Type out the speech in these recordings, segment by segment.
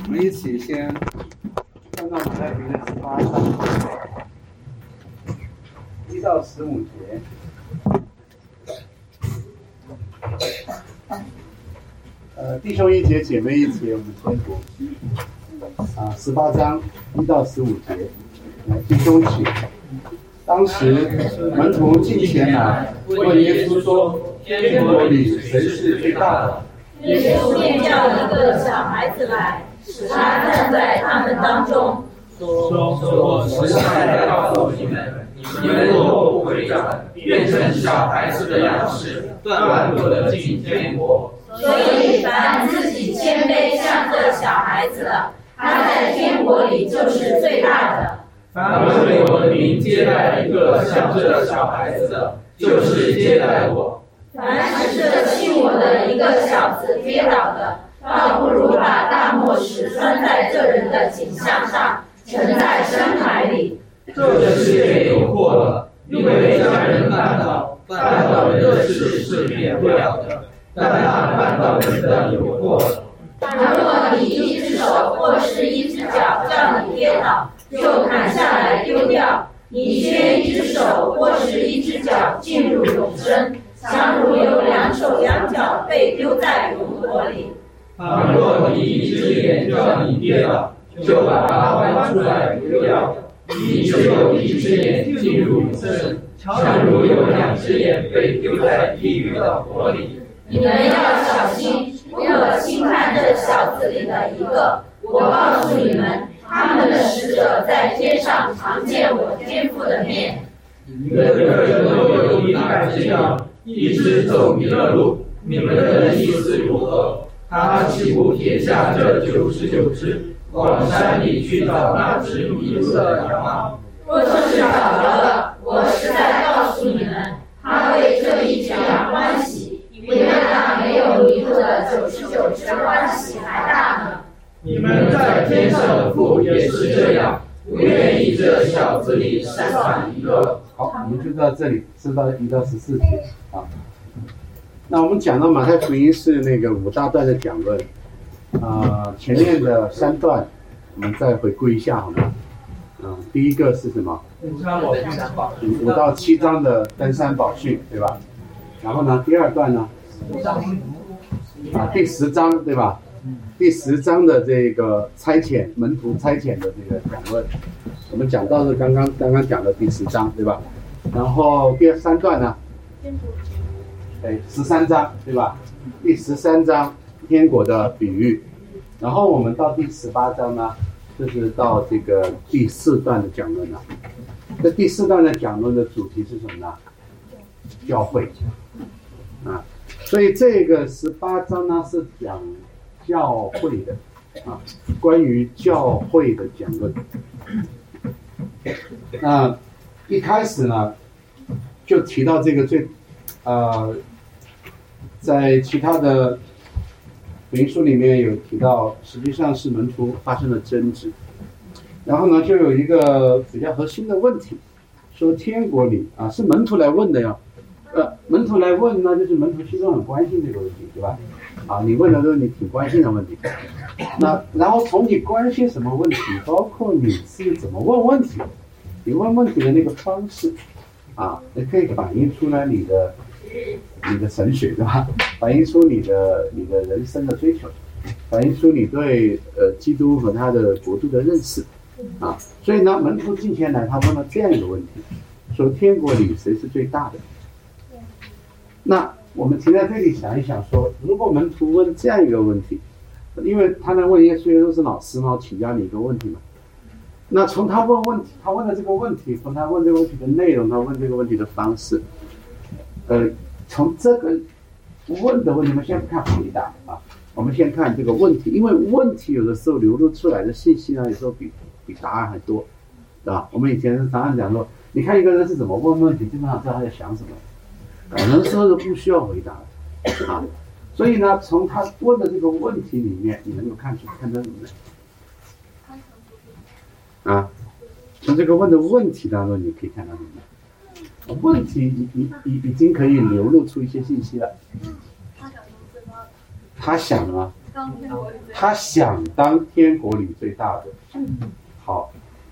我们一起先看到马太福音的18章1到15节。弟兄一节，姐妹一节，我们先读18章1到15节。弟兄请。当时门徒进前来问耶稣说：“天国里谁是最大的？” 耶稣便叫一个小孩子来，使他站在他们当中， 说：“我实在告诉你们，你们若不回转，变成小孩子的样式，断不得进天国。 所以凡自己谦卑像这小孩子的，他在天国里就是最大的。 凡为我的名接待一个像这小孩子的，就是接待我。 凡使这信我的一个小子跌倒的，倒不如把大磨石拴在这人的颈项上，沉在深海里。 这世界有祸了，因为将人绊倒人的事是免不了的，但那绊倒人的有祸了。 倘若你一只手或是一只脚叫你跌倒，就砍下来丢掉，你缺一只手或是一只脚进入永生，强如有两手两脚被丢在永火里。 倘若你一只眼叫你跌倒，就把它剜出来丢掉，你只有一只眼进入永生，强如有两只眼被丢在地狱的火里。 你们要小心，若轻看这小子里的一个，我告诉你们，他们的使者在天上常见我天父的面。 人人都有一百只羊，一只走迷了路，你们的意思如何？他岂不撇下这99只，往山里去找那只迷路的羊吗？ 若是找着了，我实在告诉你们，他为这一只羊欢喜，比那没有迷路的99只欢喜还大呢。 你们在天上的父也是这样，不愿意这小子里少算一个。 好，我们就到这里，1到14节啊。那我们讲到马太福音是那个5大段的讲论，前面的3段我们再回顾一下好吗？第一个是什么？5到7章的登山宝训，对吧？然后呢，第2段呢？第10章，对吧？第10章的这个门徒差遣的这个讲论，我们讲到是刚刚讲的第10章，对吧？然后第3段呢，13章，对吧？第13章天国的比喻，然后我们到第18章呢，就是到这个第4段的讲论了。这第4段的讲论的主题是什么呢？教会啊，所以这个18章呢是讲教会的关于教会的讲论。那一开始呢，就提到这个在其他的福音书里面有提到，实际上是门徒发生了争执，然后呢，就有一个比较核心的问题，说天国里是门徒来问的呀。门徒来问呢，就是门徒心中很关心这个问题，对吧？你问的都是你挺关心的问题。那然后从你关心什么问题，包括你是怎么问问题，你问问题的那个方式，也可以反映出来你的神学，对吧？反映出你的人生的追求，反映出你对基督和他的国度的认识所以呢，门徒进前来，他问了这样一个问题，说天国里谁是最大的？那我们停在这里想一想说，如果门徒问这样一个问题，因为他来问耶稣，耶稣是老师嘛，我请教你一个问题嘛。那从他问问题，他问的这个问题，从他问这个问题的内容，他问这个问题的方式，从这个问的问题，我们先不看回答我们先看这个问题，因为问题有的时候流露出来的信息呢，有时候比答案还多，对吧？我们以前答案讲说，你看一个人是怎么问问题，基本上知道他在想什么。有的时候是不需要回答的所以呢，从他问的这个问题里面，你能够看到什么呢？从这个问的问题当中，你可以看到什么？问题已经可以流露出一些信息了。他想了吗？ 他想当天国里最大的。好，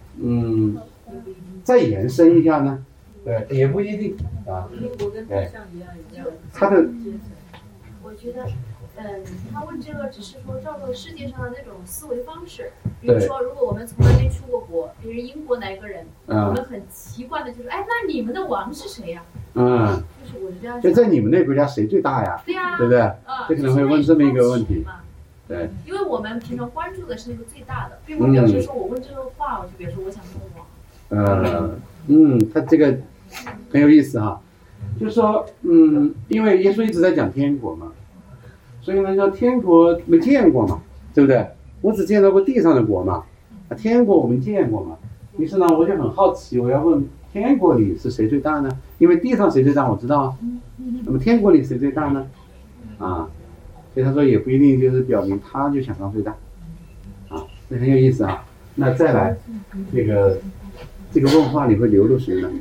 再延伸一下呢？对，也不一定啊。对，他的， 我觉得，他问这个只是说照着世界上的那种思维方式，比对如说，如果我们从来没出过国，比如英国来个人，我们很习惯的就是，哎，那你们的王是谁呀？就是我是这样想。 就在你们那个国家谁最大呀？ 对呀， 对不对？这可能会问这么一个问题。对， 因为我们平常关注的是那个最大的，并不表示说我问这个话，我就表示我想问王。 他这个很有意思哈，就是说，因为耶稣一直在讲天国嘛，所以呢，说天国没见过嘛，对不对？我只见到过地上的国嘛，天国我们见过嘛。于是呢，我就很好奇，我要问天国里是谁最大呢？因为地上谁最大我知道啊，那么天国里谁最大呢？所以他说也不一定就是表明他就想当最大，这很有意思啊。那再来，这个问话里会流露谁呢？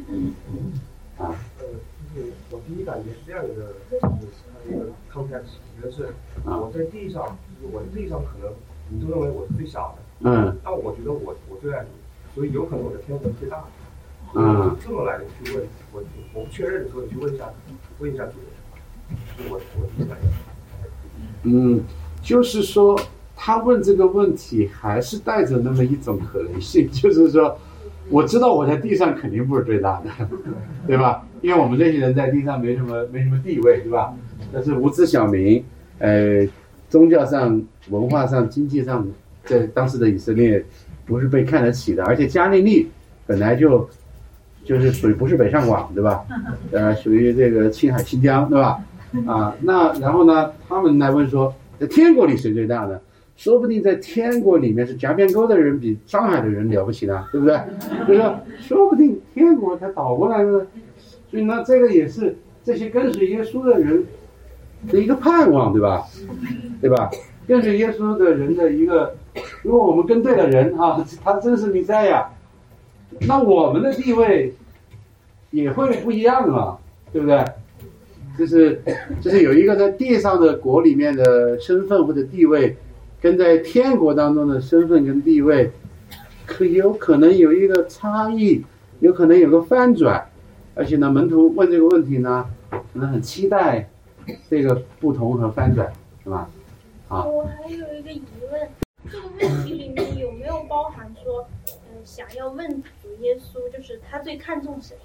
就是我第一感觉是这样一个context，就是我在地上，就是我在地上可能你都认为我是最小的，但我觉得我最爱你，所以有可能我的天赋是最大的。这么来去问我不确认的时候，你去问一下主人，是我第一感觉。 就是说他问这个问题还是带着那么一种可能性，就是说我知道我在地上肯定不是最大的，对吧？因为我们这些人在地上没什么地位，对吧？但是无知小民，宗教上、文化上、经济上，在当时的以色列不是被看得起的，而且加利利本来就是属于不是北上广，对吧？属于这个青海新疆，对吧？那然后呢，他们来问说，在天国里谁最大呢？说不定在天国里面是夹边沟的人比上海的人了不起呢，对不对？就是说不定天国它倒过来了，所以呢，这个也是这些跟随耶稣的人的一个盼望，对吧？对吧？跟随耶稣的人的一个，如果我们跟对了人他真是弥赛亚，那我们的地位也会不一样嘛，对不对？就是有一个在地上的国里面的身份或者地位，跟在天国当中的身份跟地位，有可能有一个差异，有可能有个翻转，而且呢，门徒问这个问题呢，可能很期待这个不同和翻转，是吧？ 我还有一个疑问，这个问题里面有没有包含说，想要问主耶稣，就是他最看重谁？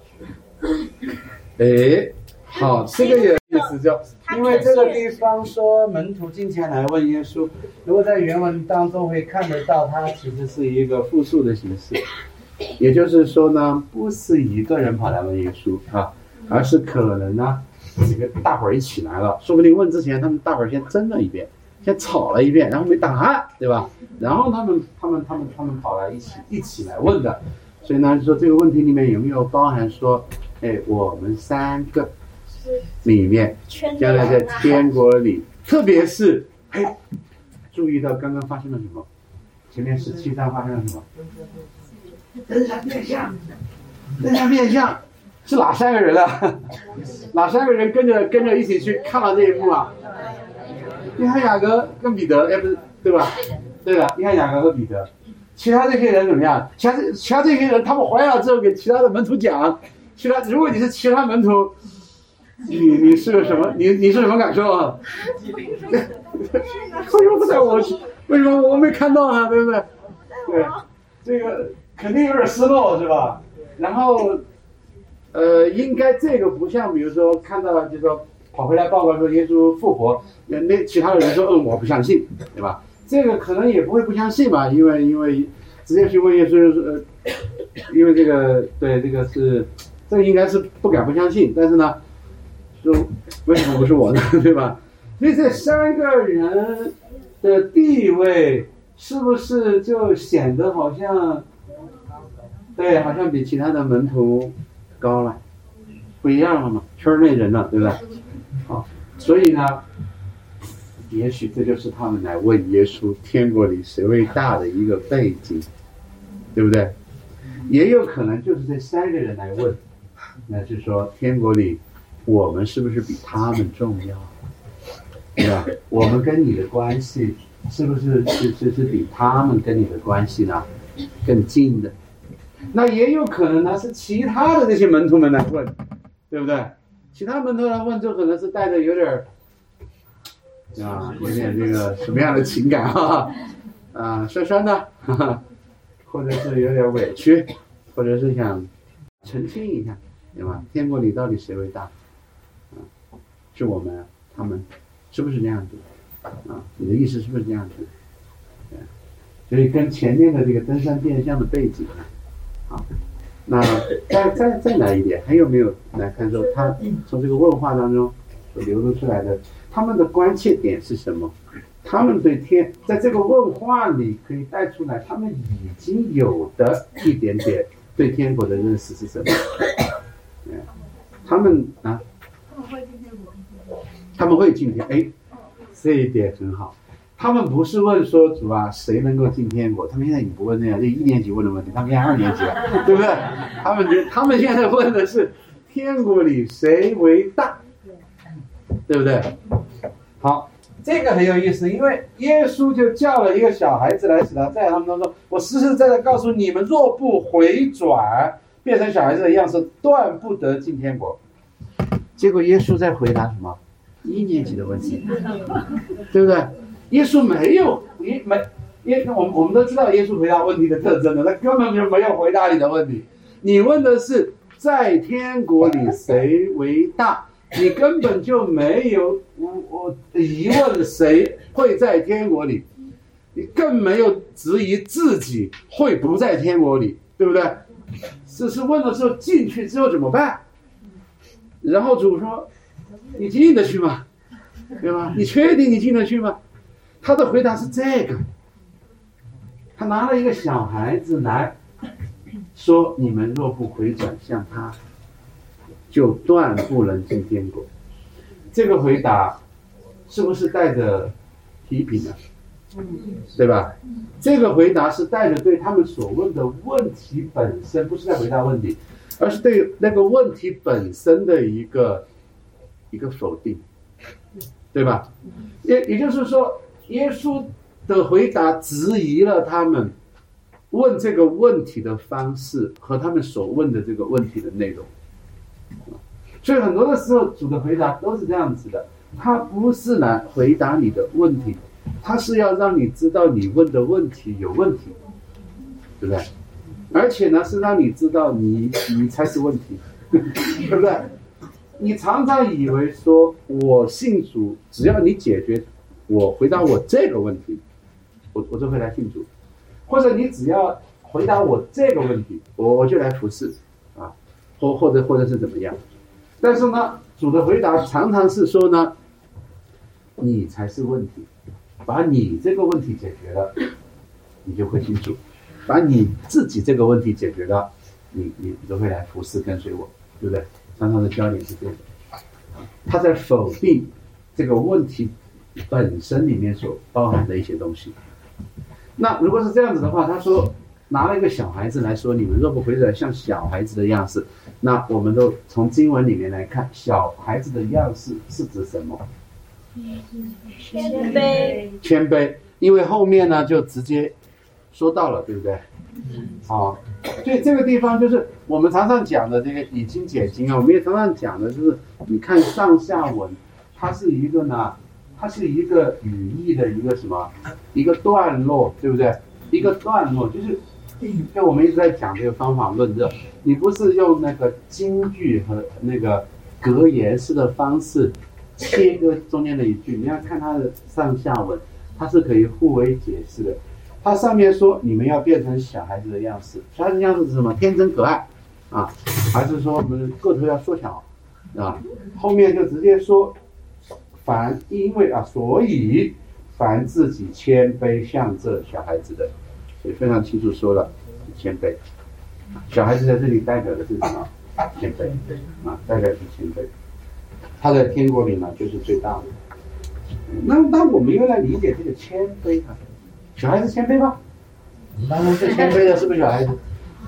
好，这个也意思就，因为这个地方说门徒进前来问耶稣，如果在原文当中会看得到，它其实是一个复数的形式，也就是说呢，不是一个人跑来问耶稣而是可能呢，几个大伙儿一起来了，说不定问之前他们大伙儿先争了一遍，先吵了一遍，然后没答案，对吧？然后他们跑来一起来问的，所以呢，说这个问题里面有没有包含说，我们三个里面将来在天国里，特别是注意到刚刚发生了什么？前面17章发生了什么？登山变相是哪三个人啊？哪三个人跟着一起去看了这一幕啊？约翰、雅各跟彼得，不是对吧？对的，约翰、雅各和彼得。其他这些人怎么样？其他这些人，他们回来了之后给其他的门徒讲。如果你是其他门徒，你是个什么？你是什么感受啊？为什么不在我？为什么我没看到呢？对不对？对，这个肯定有点失落，是吧？然后，应该这个不像，比如说看到就是说跑回来报告说耶稣复活，那其他的人说我不相信，对吧？这个可能也不会不相信吧，因为直接去问耶稣，因为这个对这个是。这个应该是不敢不相信，但是呢，说为什么不是我呢？对吧？所以这三个人的地位是不是就显得好像比其他的门徒高了，不一样了嘛？圈内人了，对不对？好，所以呢，也许这就是他们来问耶稣天国里谁为大的一个背景，对不对？也有可能就是这三个人来问。那是说天国里我们是不是比他们重要，对吧？我们跟你的关系是不是比他们跟你的关系呢更近的？那也有可能呢是其他的这些门徒们来问，对不对？其他门徒来问，就可能是带着有点这个什么样的情感酸酸的，或者是有点委屈，或者是想澄清一下，对吧？天国里到底谁为大？是我们他们，是不是这样子？你的意思是不是这样子？所以跟前面的这个登山变相的背景那再来一点，还有没有来看说他从这个问话当中所流露出来的他们的关切点是什么？他们对天在这个问话里可以带出来他们已经有的一点点对天国的认识是什么？他们会进天，这一点很好。他们不是问说主啊谁能够进天国，他们现在已经不问那样，这1年级问的问题，他们现在2年级了，对不对？他们现在问的是天国里谁为大，对不对？好，这个很有意思，因为耶稣就叫了一个小孩子来，使他在他们当中，我实实在在告诉你们，若不回转变成小孩子的样式，断不得进天国。结果耶稣在回答什么？1年级的问题，对不对？耶稣没有我们都知道耶稣回答问题的特征的，他根本就没有回答你的问题。你问的是在天国里谁为大，你根本就没有疑问谁会在天国里，你更没有质疑自己会不在天国里，对不对？是问的时候进去之后怎么办？然后主说你进得去吗？对吧？你确定你进得去吗？他的回答是这个，他拿了一个小孩子来说，你们若不回转向他，就断不能进天国。这个回答是不是带着批评呢？对吧？这个回答是带着对他们所问的问题本身，不是在回答问题，而是对那个问题本身的一个否定，对吧？也就是说，耶稣的回答质疑了他们问这个问题的方式和他们所问的这个问题的内容。所以很多的时候主的回答都是这样子的，他不是来回答你的问题，他是要让你知道你问的问题有问题，对不对？而且呢是让你知道你才是问题，对不对？你常常以为说我信主，只要你解决我回答我这个问题，我就会来信主，或者你只要回答我这个问题，我就来服侍或者是怎么样。但是呢，主的回答常常是说呢，你才是问题，把你这个问题解决了，你就会信主；把你自己这个问题解决了，你就会来服侍跟随我，对不对？常常的焦点是这个，他在否定这个问题本身里面所包含的一些东西。那如果是这样子的话，他说拿了一个小孩子来说，你们若不回转像小孩子的样式，那我们都从经文里面来看，小孩子的样式是指什么？谦卑，因为后面呢就直接说到了，对不对？所以这个地方就是我们常常讲的这个以经解经我们也常常讲的就是你看上下文，它是一个语义的一个什么一个段落，对不对？一个段落就我们一直在讲这个方法论的，你不是用那个金句和那个格言式的方式切割中间的一句，你要看它的上下文，它是可以互为解释的。它上面说你们要变成小孩子的样式，小孩子的样式是什么？天真可爱还是说我们个头要缩小后面就直接说所以凡自己谦卑像这小孩子的，所以非常清楚说了谦卑。小孩子在这里代表的是什么？谦卑代表是谦卑。他在天国里呢就是最大的。那我们又来理解这个谦卑小孩子谦卑吗？当中最谦卑的是不是小孩子？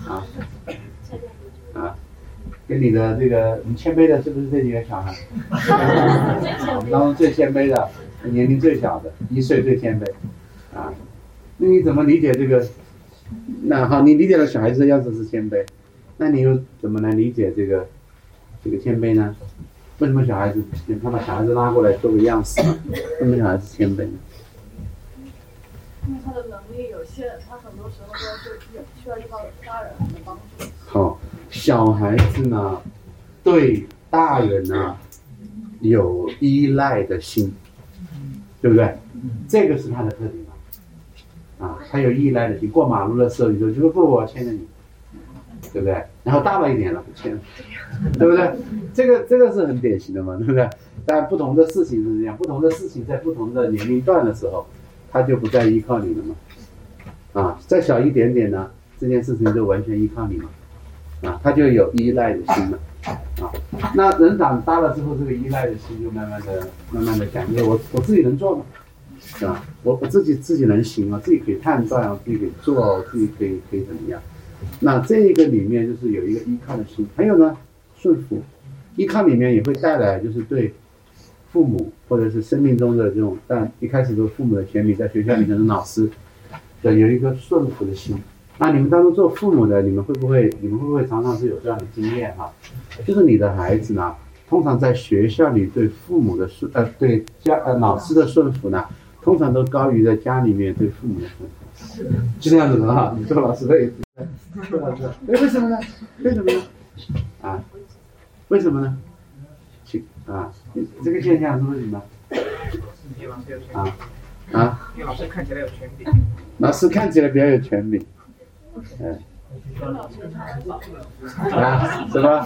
跟你的这个你谦卑的是不是这几个小孩？我们当中最谦卑的，年龄最小的，1岁最谦卑， 啊，那你怎么理解这个？那好，你理解了小孩子的样子是谦卑，那你又怎么来理解这个谦卑呢？为什么小孩子他把小孩子拉过来做个样式嘛？为什么小孩子谦卑呢？ 因为他的能力有限，他很多时候都需要依靠大人的帮助。 好，小孩子呢，对大人呢有依赖的心，对不对？这个是他的特点嘛。啊，他有依赖的心。过马路的时候，你说不，我牵着你，对不对？然后大了一点了，不牵了，对不对？这个是很典型的嘛，对不对？但不同的事情是这样，不同的事情在不同的年龄段的时候，他就不再依靠你了嘛。啊，再小一点点呢，这件事情就完全依靠你嘛。啊，他就有依赖的心了。啊，那人长大了之后，这个依赖的心就慢慢的讲，因为我自己能做吗？是吧？我自己能行啊，自己可以判断啊，自己可以做，自己可以怎么样？那这个里面就是有一个依靠的心，还有呢顺服。依靠里面也会带来就是对父母或者是生命中的这种，但一开始都是父母的权利，在学校里面的老师，对，有一个顺服的心。那你们当中做父母的，你们会不会常常是有这样的经验哈？就是你的孩子呢，通常在学校里对父母的对老师的顺服呢，通常都高于在家里面对父母的顺服，是这样子的哈。你做老师的也是，为什么呢？为什么呢？啊，为什么呢？这个现象是为什么？因为老师看起来有权柄。老师看起来比较有权柄。什么？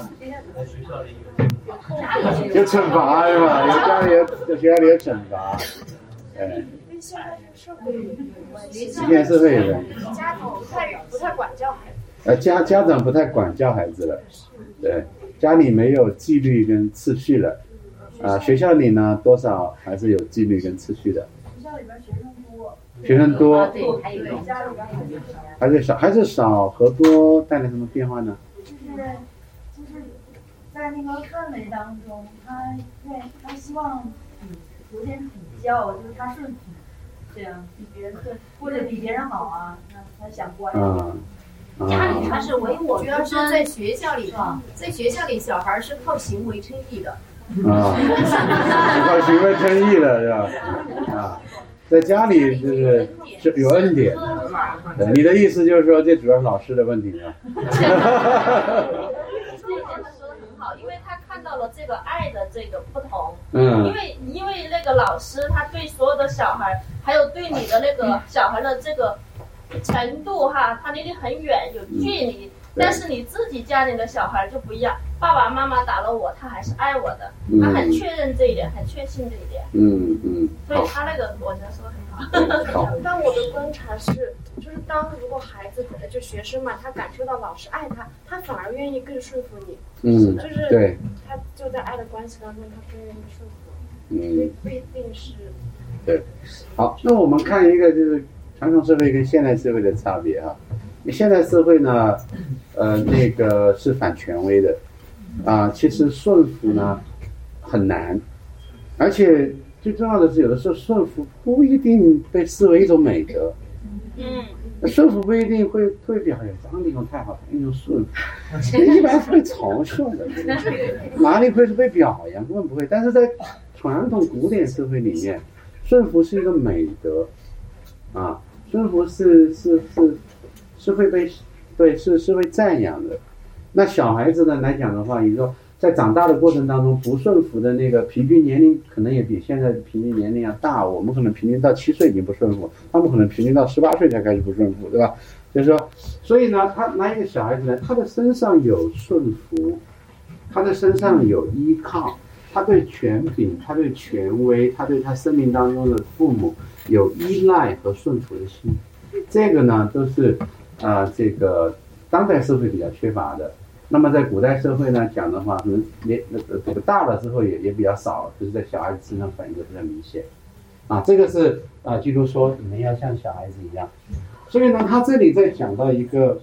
有惩罚是吧？有学校里有惩罚。 跟现在这个社会有关系。 现在社会有关系。 家长不太管教孩子。 家长不太管教孩子了，对，家里没有纪律跟秩序了，学校里呢多少还是有纪律跟秩序的。 学校里边学生多， 对， 家里边孩子少和多带来什么变化呢？ 就是在那个氛围当中，他希望有点比较，就是他顺服，这样比别人或者比别人好啊，他想关系。 家里他是唯我，主要是在学校里，小孩是靠行为称义的。 靠行为称义的是吧？在家里就是有恩典。你的意思就是说，这主要是老师的问题呢？ 这一点他说的很好，因为他看到了这个爱的这个不同。因为那个老师他对所有的小孩，还有对你的那个小孩的这个程度哈，他离你很远，有距离。但是你自己家里的小孩就不一样，爸爸妈妈打了我，他还是爱我的，他很确认这一点，很确信这一点。所以他那个我觉得说得很好。 但我的观察是，就是如果孩子就学生嘛，他感受到老师爱他，他反而愿意更顺服你。就是对， 他就在爱的关系当中，他更愿意顺服。所以不一定是。 对，好，那我们看一个就是传统社会跟现代社会的差别哈。现代社会呢，那个是反权威的，其实顺服呢很难，而且最重要的是，有的时候顺服不一定被视为一种美德。顺服不一定会表扬张立勇太好看，一种顺服，一般是被嘲笑的，哪里会是被表扬，根本不会。但是在传统古典社会里面，顺服是一个美德，顺服是会被是会赞扬的。那小孩子呢来讲的话，你说在长大的过程当中，不顺服的那个平均年龄可能也比现在的平均年龄要大。我们可能平均到7岁已经不顺服，他们可能平均到18岁才开始不顺服，对吧？就是说，所以呢，他拿一个小孩子呢，他的身上有顺服，他的身上有依靠，他对权柄，他对权威，他对他生命当中的父母有依赖和顺服的心。这个呢，都是这个当代社会比较缺乏的。那么在古代社会呢讲的话，可能这个大了之后也比较少，就是在小孩子身上反映的非常明显。这个是基督说你们要像小孩子一样。所以呢，他这里在讲到一个，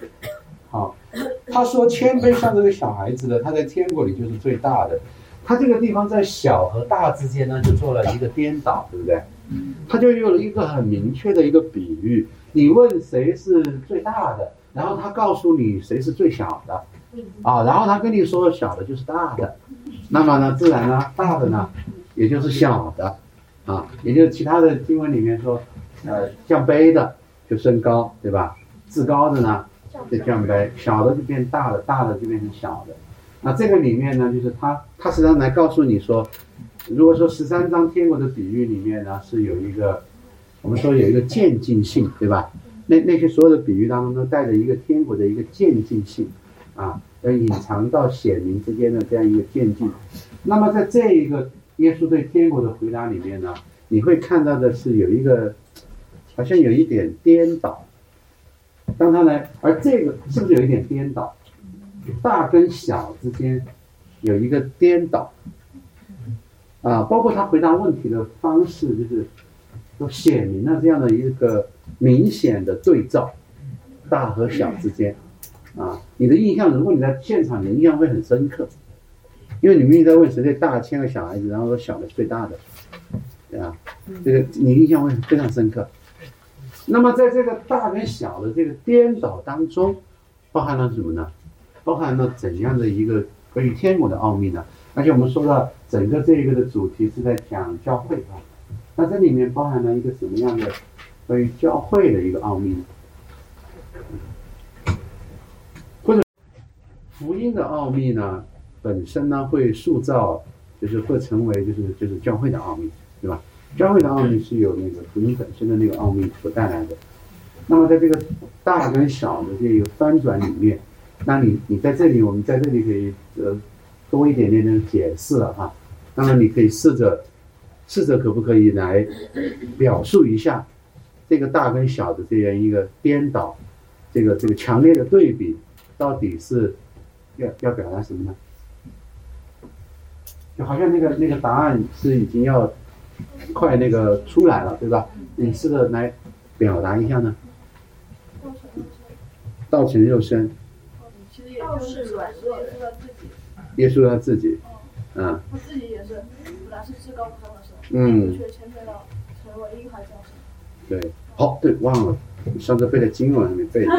他说谦卑像这个小孩子的，他在天国里就是最大的。他这个地方在小和大之间呢，就做了一个颠倒，对不对？ 他就有了一个很明确的一个比喻。你问谁是最大的，然后他告诉你谁是最小的，然后他跟你说小的就是大的，那么呢，自然呢，大的呢，也就是小的，也就是其他的经文里面说，降卑的就升高，对吧？至高的呢就降卑，小的就变大的，大的就变成小的。那这个里面呢，就是他实际上来告诉你说，如果说13章天国的比喻里面呢，是有一个我们说有一个渐进性，对吧？那些所有的比喻当中都带着一个天国的一个渐进性，隐藏到显明之间的这样一个渐进。那么在这一个耶稣对天国的回答里面呢，你会看到的是有一个好像有一点颠倒。当他来，而这个是不是有一点颠倒？大跟小之间有一个颠倒，包括他回答问题的方式，就是都显明了这样的一个明显的对照，大和小之间，你的印象，如果你在现场，你的印象会很深刻，因为你们一直在问谁最大，牵个小孩子，然后说小的最大的，对吧？这个你印象会非常深刻。那么在这个大跟小的这个颠倒当中，包含了什么呢？包含了怎样的一个关于天国的奥秘呢？而且我们说到整个这个的主题是在讲教会那这里面包含了一个什么样的关于教会的一个奥秘呢？或者福音的奥秘呢，本身呢会塑造，就是会成为就是教会的奥秘，对吧？教会的奥秘是有那个福音本身的那个奥秘所带来的。那么在这个大跟小的这个翻转里面，那你在这里，我们在这里可以多一点点的解释了那么你可以试着可不可以来表述一下这个大跟小的这样一个颠倒，这个强烈的对比，到底是要表达什么呢？就好像那个答案是已经要快那个出来了，对吧？你试着来表达一下呢？道成肉身。 其实也就是耶稣他自己， 他自己也是，本来是至高无上的神，却谦卑到成为婴孩降生。 对，对，忘了，你上次背的经文还没背。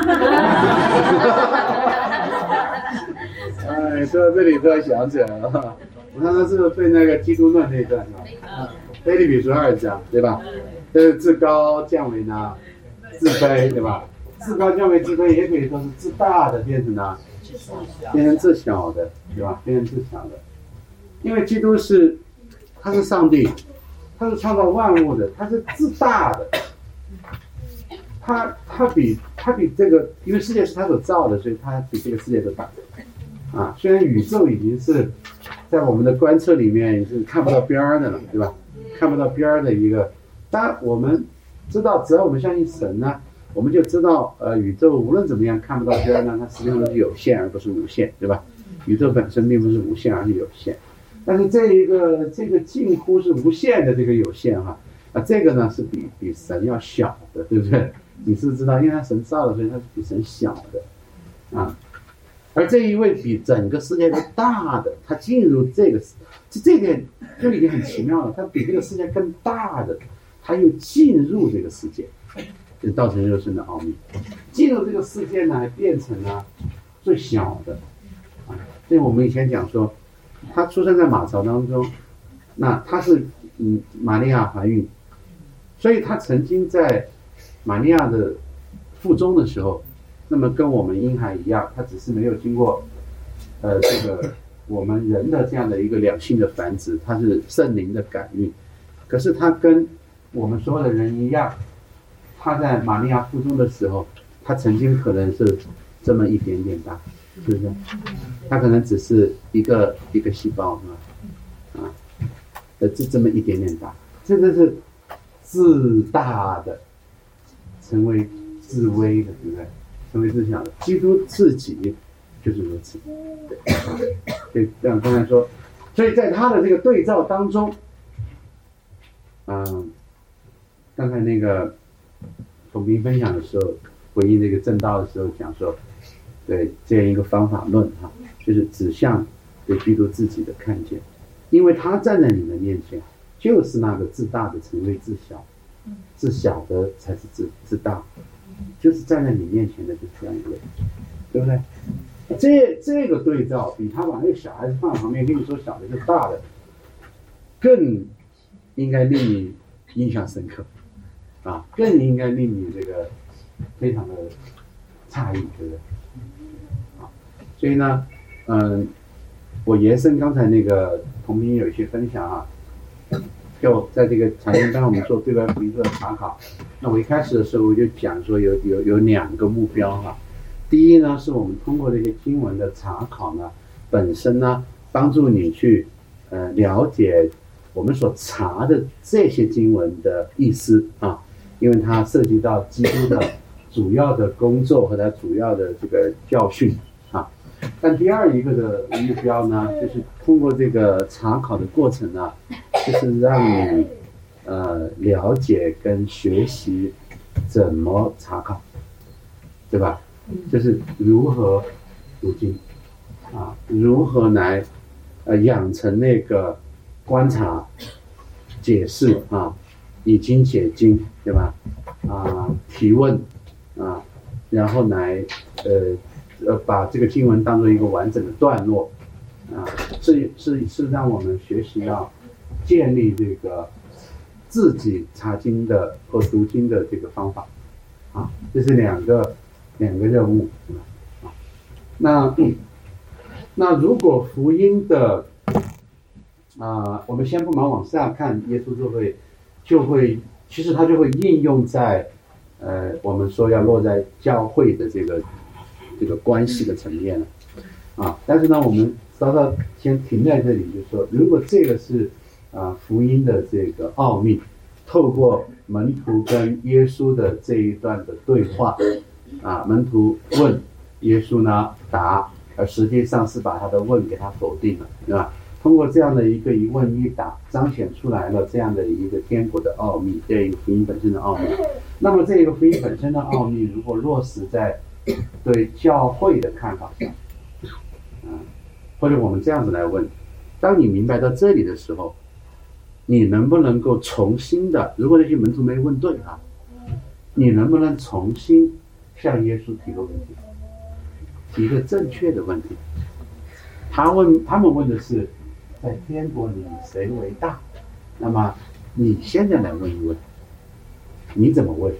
说到这里突然想起来了，我看他是不是背那个基督论那一段是吧？腓立比书2章，对吧？这是至高降为呢自卑，对吧？至高降为自卑，也可以说是至大的变成至小的，对吧？变成至小的，因为基督他是上帝，他是创造万物的，他是至大的，他比这个，因为世界是他所造的，所以他比这个世界都大。虽然宇宙已经是在我们的观测里面是看不到边儿的了，对吧？看不到边儿的一个，当然我们知道，只要我们相信神呢，我们就知道，宇宙无论怎么样看不到边儿呢，它实际上都是有限而不是无限，对吧？宇宙本身并不是无限，而是有限。但是这个近乎是无限的这个有限这个呢是比神要小的，对不对？你是知道，因为他神造的，所以他是比神小的而这一位比整个世界都大的，他进入这点就已经很奇妙了。他比这个世界更大的，他又进入这个世界，就是道成肉身的奥秘。进入这个世界呢，还变成了最小的所以我们以前讲说，他出生在马槽当中，那他是玛利亚怀孕，所以他曾经在玛利亚的腹中的时候，那么跟我们婴孩一样，他只是没有经过这个我们人的这样的一个两性的繁殖，他是圣灵的感孕。可是他跟我们所有的人一样，他在玛利亚腹中的时候，他曾经可能是这么一点点大，是不是？他可能只是一个细胞，是吧？这么一点点大，这个是自大的成为自微的，对不对？成为自小的，基督自己就是如此。对，像刚才说，所以在他的这个对照当中，刚才那个董斌分享的时候，回应这个正道的时候讲说，对这样一个方法论就是指向对基督自己的看见，因为他站在你的面前， 就是那个自大的成为自小，自小的才是自大，就是站在你面前的就是这样一个人，对不对？这个对照比他把那个小孩子放在旁边跟你说小的就是大的，更应该令你印象深刻啊，更应该令你这个非常的诧异，对不对？啊，所以呢，我延伸刚才那个同频有一些分享啊，就在这个禅院，当我们做对外福音做查考，那我一开始的时候我就讲说有2个目标啊。第一呢，是我们通过这些经文的查考呢，本身呢帮助你去了解我们所查的这些经文的意思啊，因为它涉及到基督的主要的工作和他主要的这个教训啊。但第二一个的目标呢，就是通过这个查考的过程呢，就是让你了解跟学习怎么查考，对吧？就是如何读经啊，如何来养成那个观察、解释啊，以经解经，对吧？提问啊，然后来把这个经文当作一个完整的段落啊，是让我们学习到建立这个自己查经的和读经的这个方法啊，这是两个任务，对吧？那如果福音的我们先不忙往下看，耶稣就会其实它就会应用在我们说要落在教会的这个关系的层面了啊。但是呢，我们稍稍先停在这里，就是说，如果这个是福音的这个奥秘，透过门徒跟耶稣的这一段的对话门徒问耶稣呢答，而实际上是把他的问给他否定了，对吧？通过这样的一个一问一答，彰显出来了这样的一个天国的奥秘，这一个福音本身的奥秘。那么这个福音本身的奥秘，如果落实在对教会的看法上，或者我们这样子来问：当你明白到这里的时候，你能不能够重新的，如果那些门徒没问对你能不能重新向耶稣提个问题，提一个正确的问题？他们问的是，在天国里谁为大？那么你现在来问一问，你怎么问？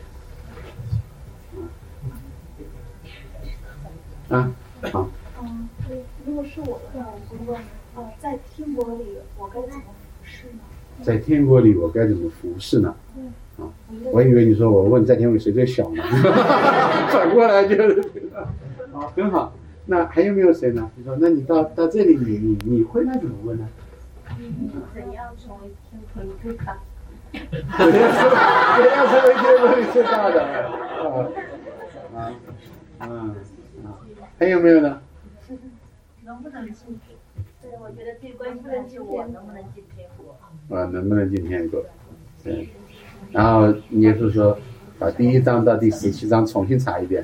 好。 如果是我的话，我会问在天国里我该怎么服侍呢？ 在天国里我该怎么服侍呢？我以为你说我问在天国里谁最小呢？反过来就是很好。那还有没有谁呢？你说，那你到这里你会那怎么问呢？ 怎样成为天国里最大？ 怎样成为天国里最大的？还有没有呢？ 能不能进去？对，我觉得最关键的是我能不能进天国。 能不能进天国？对。然后耶稣说，把第1章到第17章重新查一遍。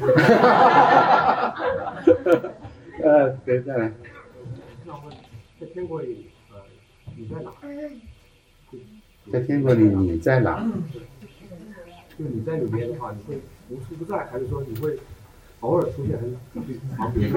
对，再来。 在天国里，你在哪？ 在天国里你在哪？ 就你在里面的话，你会无处不在，还是说你会偶尔出现，还是旁边？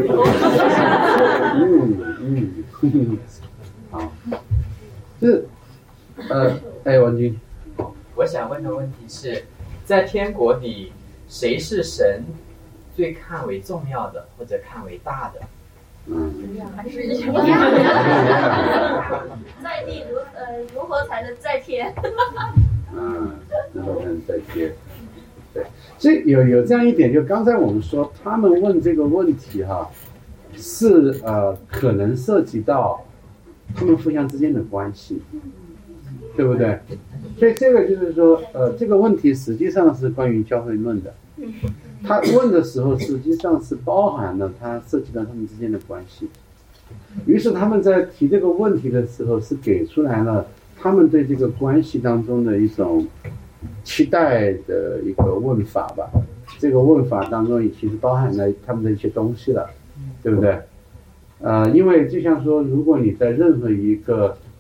好，是王军， 我想问的问题是，在天国里，谁是神最看为重要的，或者看为大的？ 还是一样的。在地如何才能在天？ 如何才能在天？对，所以有这样一点，就刚才我们说，他们问这个问题是可能涉及到他们互相之间的关系，对不对？所以这个就是说，这个问题实际上是关于教会论的。他问的时候，实际上是包含了他涉及到他们之间的关系。于是他们在提这个问题的时候，是给出来了他们对这个关系当中的一种期待的一个问法吧。这个问法当中也其实包含了他们的一些东西了，对不对？因为就像说，如果你在任何一个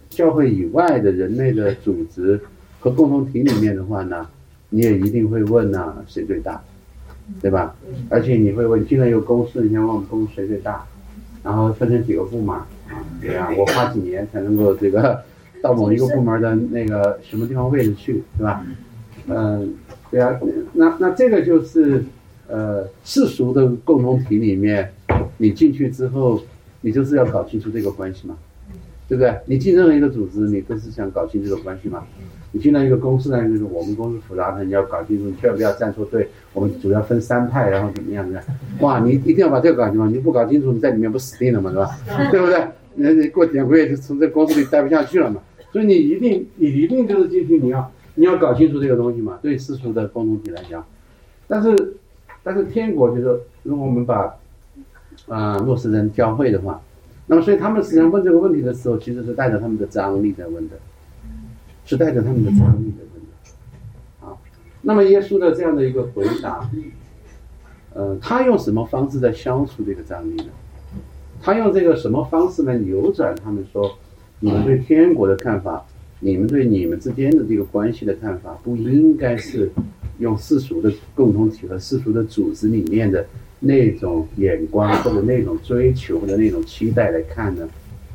教会以外的人类的组织和共同体里面的话呢，你也一定会问啊，谁最大，对吧？而且你会问，进了一个公司，你先问公司谁最大，然后分成几个部门啊，对啊，我花几年才能够这个到某一个部门的那个什么地方位置去，对吧？对啊，那这个就是世俗的共同体里面，你进去之后，你就是要搞清楚这个关系嘛，对不对？你进任何一个组织，你都是想搞清这个关系嘛。你进到一个公司呢，就是我们公司复杂的，你要搞清楚，你千万不要站错队。我们主要分3派，然后怎么样？哇，你一定要把这个搞清楚，你不搞清楚，你在里面不死定了嘛，是吧？对不对？你过2个月就从这公司里待不下去了嘛。所以你一定就是进去，你要搞清楚这个东西嘛。对世俗的共同体来讲，但是天国就是，如果我们把洛斯人教会的话，那么所以他们实际上问这个问题的时候，其实是带着他们的张力在问的。是带着他们的张力的问题啊。那么耶稣的这样的一个回答，他用什么方式在消除这个张力呢？他用这个什么方式来扭转他们说，你们对天国的看法，你们对你们之间的这个关系的看法，不应该是用世俗的共同体和世俗的组织里面的那种眼光或者那种追求或者那种期待来看呢？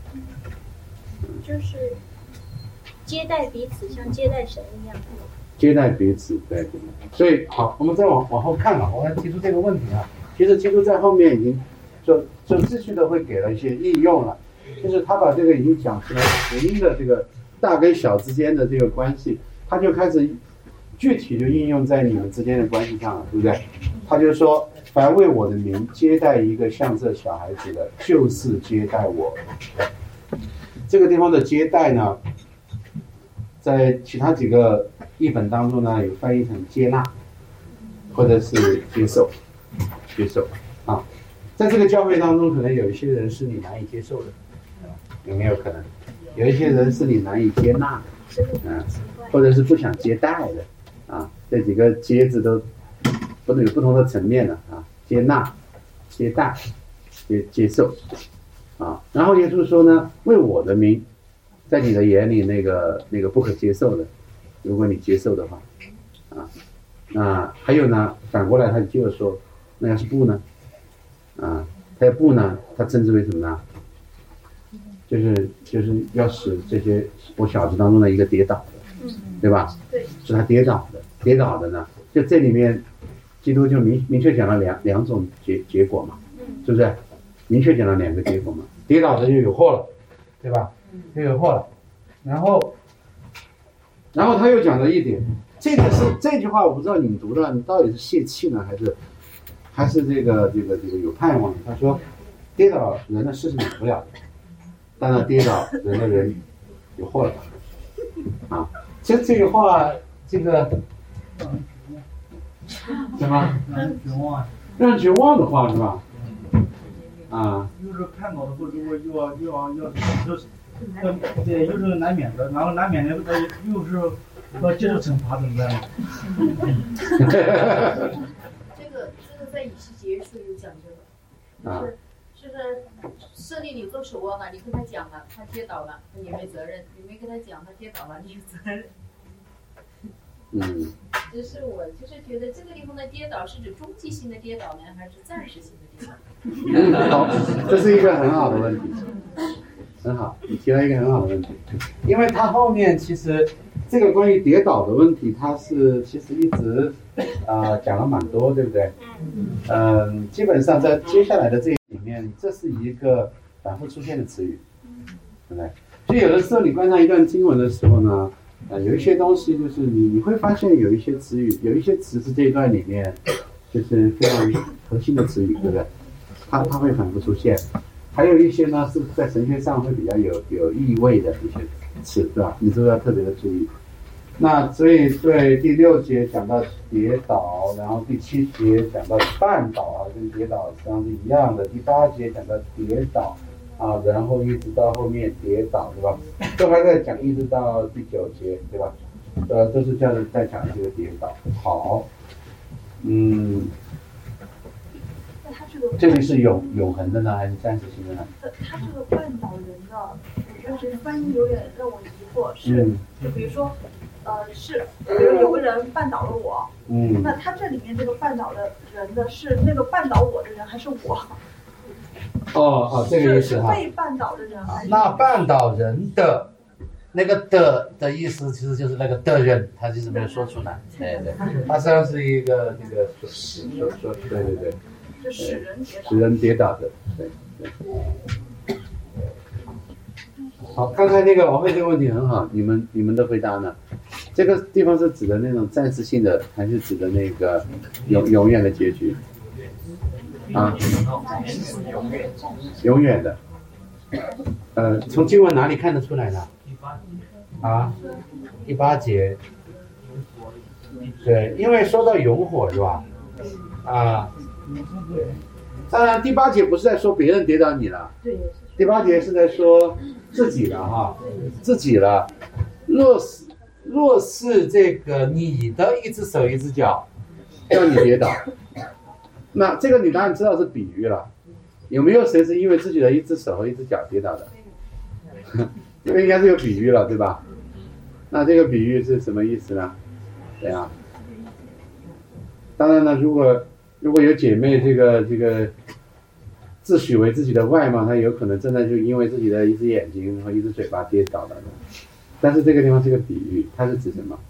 就是接待彼此，像接待神一样。 接待彼此，对。所以好，我们再往后看吧。我来提出这个问题啊。其实基督在后面已经就继续的会给了一些应用了，就是他把这个已经讲出来福音的这个大跟小之间的这个关系，他就开始具体就应用在你们之间的关系上了，对不对？他就说，凡为我的名接待一个像这小孩子的，就是接待我。这个地方的接待呢，在其他几个译本当中呢，有翻译成接纳，或者是接受啊。在这个教会当中，可能有一些人是你难以接受的，有没有可能？有一些人是你难以接纳的，或者是不想接待的啊。这几个接字都有不同的层面的啊，接纳、接待、接受啊。然后耶稣说呢，为我的名，在你的眼里那个不可接受的，如果你接受的话啊，那还有呢，反过来他就说，那要是不呢？啊，他要不呢，他称之为什么呢？就是要使这些我小子当中的一个跌倒的，对吧？对，是他跌倒的呢，就这里面，基督就明确讲了两种结果嘛，是不是？明确讲了2个结果嘛，跌倒的就有祸了，对吧？就有祸了，然后他又讲了一点，这句话我不知道你读了，你到底是泄气呢，还是这个有盼望的？他说，跌倒人的事是免不了的，但是跌倒人的人有祸了啊！这个话，这个什么？让绝望的话是吧？啊， 就是看到的时候，又要对，又是难免的，然后难免的又是要接受惩罚，怎么办呢？ 这个在以西结书有讲这个，就是设立你做守望了，你跟他讲了，他跌倒了，你没责任；你没跟他讲，他跌倒了，你有责任。就是我就是觉得这个地方的跌倒是指终极性的跌倒呢，还是暂时性的跌倒？ 好，这是一个很好的问题，很好，你提了一个很好的问题，因为他后面其实这个关于跌倒的问题，他是其实一直讲了蛮多，对不对？基本上在接下来的这里面，这是一个反复出现的词语，对不对？所以有的时候你观察一段经文的时候呢，有一些东西就是你会发现有一些词语，有一些词是这一段里面就是非常核心的词语，对不对？它会反复出现，还有一些呢是在神学上会比较有意味的一些词，对吧？你是不是要特别的注意？那所以对第6节讲到跌倒，然后第7节讲到绊倒啊，跟跌倒实际上是一样的。第8节讲到跌倒啊，然后一直到后面跌倒，对吧？都还在讲，一直到第9节，对吧？都是这样子在讲这个跌倒。好，这里是永恒的呢，还是暂时性的呢？ 他这个绊倒人的，就就是翻译有点让我疑惑，是就比如说，比如有个人绊倒了我，那他这里面这个绊倒的人的是那个绊倒我的人还是我？ 这个意思哈。 是被绊倒的人还是？ 那绊倒人的那个的意思其实就是那个的人，他其实没有说出来。对，他实际上是一个那个说，对。 是使人跌倒的，对。好，刚才那个王慧这个问题很好，你们的回答呢？这个地方是指的那种暂时性的，还是指的那个永远的结局？永远的。从经文哪里看得出来呢？第8节。对，因为说到永火是吧？当然第8节不是在说别人跌倒你了，第8节是在说自己了哈，自己了。若是这个你的一只手一只脚让你跌倒，那这个你当然知道是比喻了。有没有谁是因为自己的一只手和一只脚跌倒的？这个应该是有比喻了，对吧？那这个比喻是什么意思呢？对啊。当然了，如果有姐妹这个自诩为自己的外貌，她有可能真的就因为自己的一只眼睛和一只嘴巴跌倒了。但是这个地方是个比喻，它是指什么？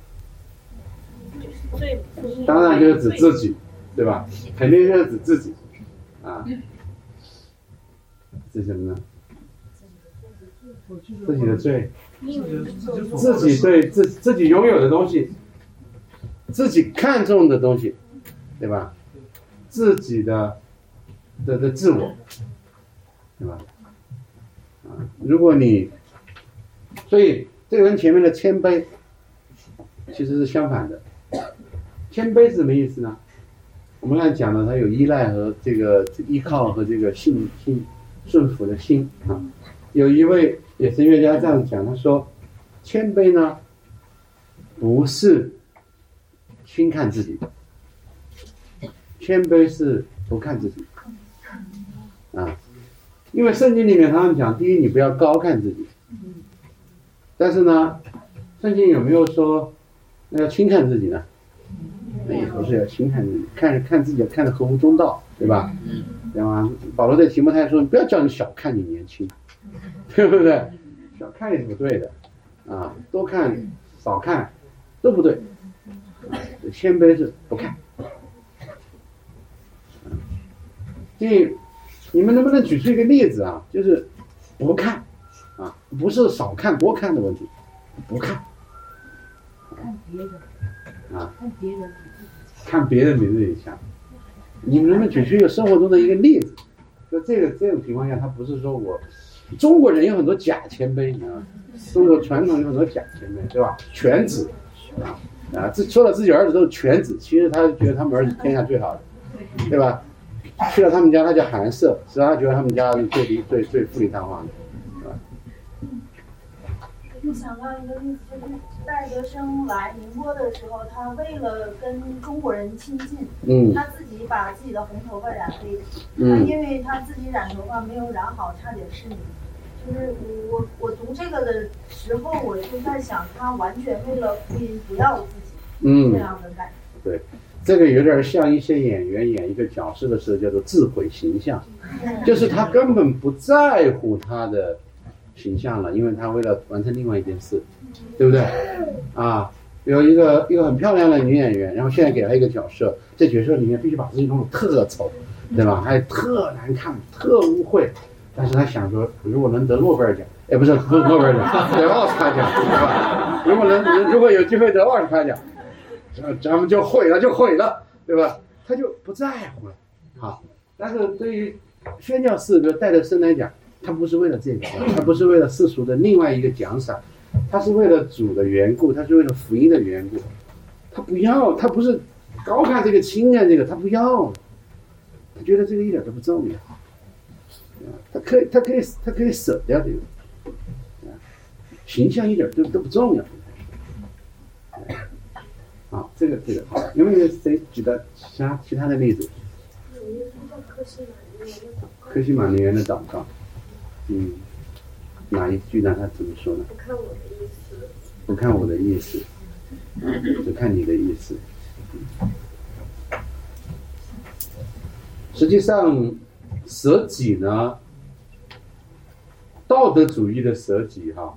当然就是指自己，对吧？肯定就是指自己啊。指什么呢？自己的罪，自己对自己拥有的东西，自己看重的东西，对吧？自己的自我，对吧？如果你，所以这个跟前面的谦卑其实是相反的。谦卑是什么意思呢？我们刚才讲了，它有依赖和这个依靠和这个信顺服的心啊。有一位也神学家这样讲，他说，谦卑呢不是轻看自己，谦卑是不看自己啊。因为圣经里面他们讲，第一，你不要高看自己，但是呢，圣经有没有说要轻看自己呢？也不是要轻看自己，看自己看得合乎中道，对吧？对吧？保罗对提摩太说，你不要叫你小看你年轻，对不对？小看也是不对的啊，多看少看都不对。谦卑是不看。所以你们能不能举出一个例子啊？就是不看啊，不是少看多看的问题，不看。 看别人啊， 看别人比自己强。 看别人比自己强。你们能不能举出一个生活中的一个例子？就这种情况下，他不是说中国人有很多假谦卑啊，中国传统有很多假谦卑，对吧？犬子说了自己儿子都是犬子，其实他觉得他们儿子天下最好的，对吧？去了他们家他叫寒舍，实际上他觉得他们家是最富丽堂皇的，对吧？ 我想到一个例子，就是戴德生来宁波的时候，他为了跟中国人亲近，他自己把自己的红头发染黑，因为他自己染头发没有染好，差点失明。就是我读这个的时候，我就在想，他完全为了福音不要自己，这样的感觉。 对，这个有点像一些演员演一个角色的时候叫做自毁形象，就是他根本不在乎他的形象了，因为他为了完成另外一件事，对不对？啊，有一个很漂亮的女演员，然后现在给她一个角色，这角色里面必须把自己弄得特丑，对吧？还特难看，特污秽。但是他想说，如果能得诺贝尔奖，不是诺贝尔奖，得奥斯卡奖，对吧？如果有机会得奥斯卡奖，咱们就毁了，对吧？他就不在乎了，好。但是对于宣教士，比如戴德生来讲，他不是为了这个，他不是为了世俗的另外一个奖赏，他是为了主的缘故，他是为了福音的缘故，他不要，他不是高看这个轻看这个，他不要了，他觉得这个一点都不重要。他可以舍掉这个，形象一点都不重要。好，这个好，有没有谁举的其他的例子？ 有一个叫科西玛尼园的祷告。 科西玛尼园的祷告， 哪一句呢？他怎么说呢？ 不看我的意思， 不看我的意思，只看你的意思。实际上，舍己呢，道德主义的舍己哈，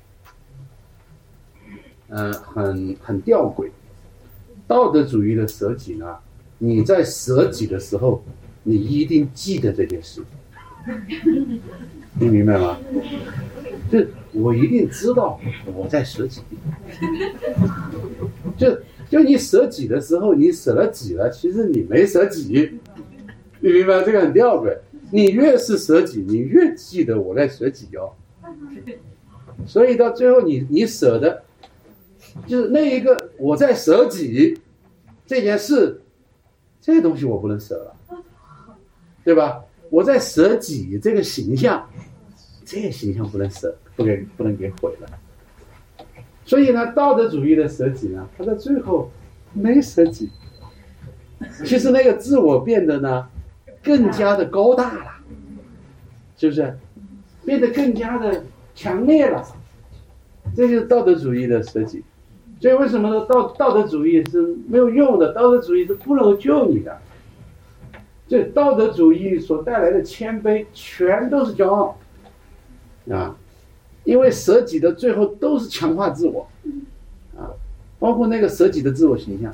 很吊诡。道德主义的舍己呢，你在舍己的时候，你一定记得这件事，你明白吗？就我一定知道我在舍己。就你舍己的时候，你舍了己了，其实你没舍己，你明白？这个很吊诡。你越是舍己，你越记得我在舍己哦。所以到最后你舍的，就是那一个我在舍己这件事，这个东西我不能舍了，对吧？我在舍己这个形象，这个形象不能舍，不能给毁了。所以呢，道德主义的舍己呢，他到最后没舍己，其实那个自我变得呢更加的高大了，是不是？变得更加的强烈了，这就是道德主义的舍己。所以为什么说道德主义是没有用的？道德主义是不能救你的。这道德主义所带来的谦卑，全都是骄傲啊！因为舍己的最后都是强化自我啊，包括那个舍己的自我形象。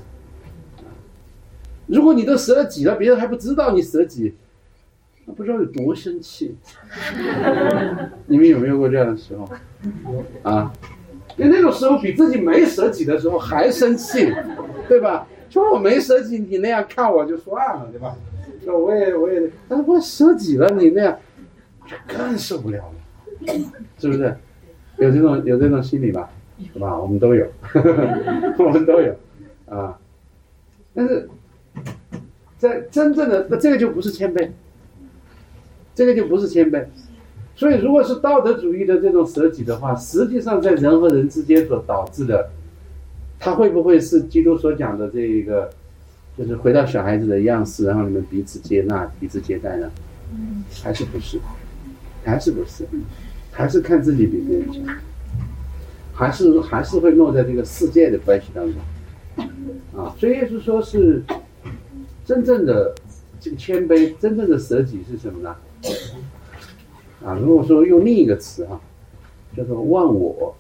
如果你都舍己了，别人还不知道你舍己，那不知道有多生气。你们有没有过这样的时候啊？因为那种时候比自己没舍己的时候还生气，对吧？说我没舍己，你那样看我就算了，对吧？说我也，但是我舍己了，你那样就更受不了了，是不是？有这种心理吧，是吧？我们都有，我们都有啊。但是在真正的这个就不是谦卑，这个就不是谦卑。所以，如果是道德主义的这种舍己的话，实际上在人和人之间所导致的，它会不会是基督所讲的这一个，就是回到小孩子的样式，然后你们彼此接纳、彼此接待呢？还是不是？还是不是？还是看自己比别人强？还是会落在这个世界的关系当中啊？所以耶稣说是真正的这个谦卑，真正的舍己是什么呢？啊，如果说用另一个词哈，叫做忘我，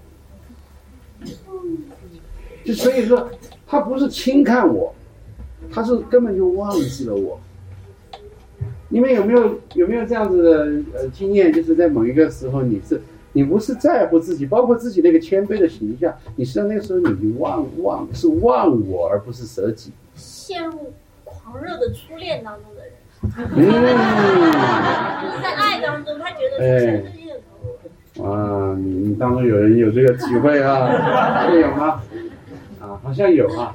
就所以说他不是轻看我，他是根本就忘记了我。你们有没有这样子的经验？就是在某一个时候，你不是在乎自己，包括自己那个谦卑的形象，你实际上那个时候你已经忘我，而不是舍己。 陷入狂热的初恋当中的人。在爱当中，他觉得全世界都哇，你当中有人有这个体会啊？会有吗？啊，好像有啊，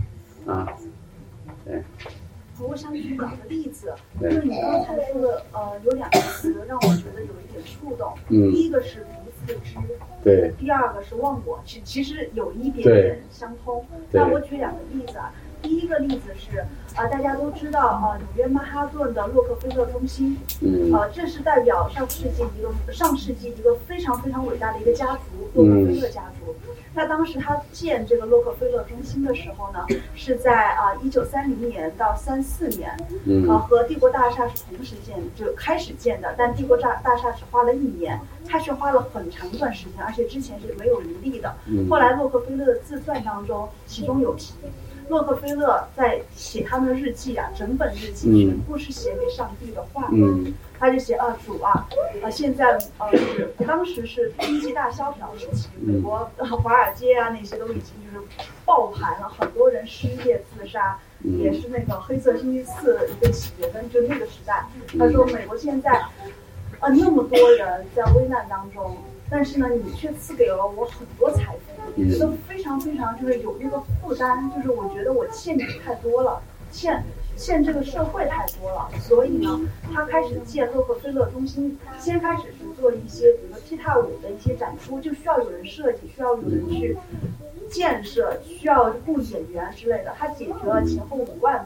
对。 我想举两个例子，就是你刚才说的，有两个词让我觉得有一点触动。第一个是彼此知，对。第二个是忘我，其实有一点点相通。那我举两个例子啊。第一个例子是大家都知道纽约曼哈顿的洛克菲勒中心，这是代表上世纪一个非常非常伟大的一个家族，洛克菲勒家族。那当时他建这个洛克菲勒中心的时候呢，是在1930年到34年，和帝国大厦是同时就开始建的，但帝国大厦只花了1年，他却花了很长一段时间，而且之前是没有余力的。后来洛克菲勒的自传当中，其中有提。洛克菲勒在写他们的日记啊，整本日记全部是写给上帝的话。他就写主啊，现在就是当时是经济大萧条时期，美国华尔街啊那些都已经就是爆盘了，很多人失业自杀，也是那个黑色星期四一个起源，就那个时代。他说美国现在那么多人在危难当中，但是呢你却赐给了我很多财富，觉得非常非常就是有那个负担，就是我觉得我欠你太多了，欠这个社会太多了，所以呢，他开始建洛克菲勒中心，先开始是做一些，比如说踢踏舞的一些展出，就需要有人设计，需要有人去建设，需要雇演员之类的。他解决了前后5万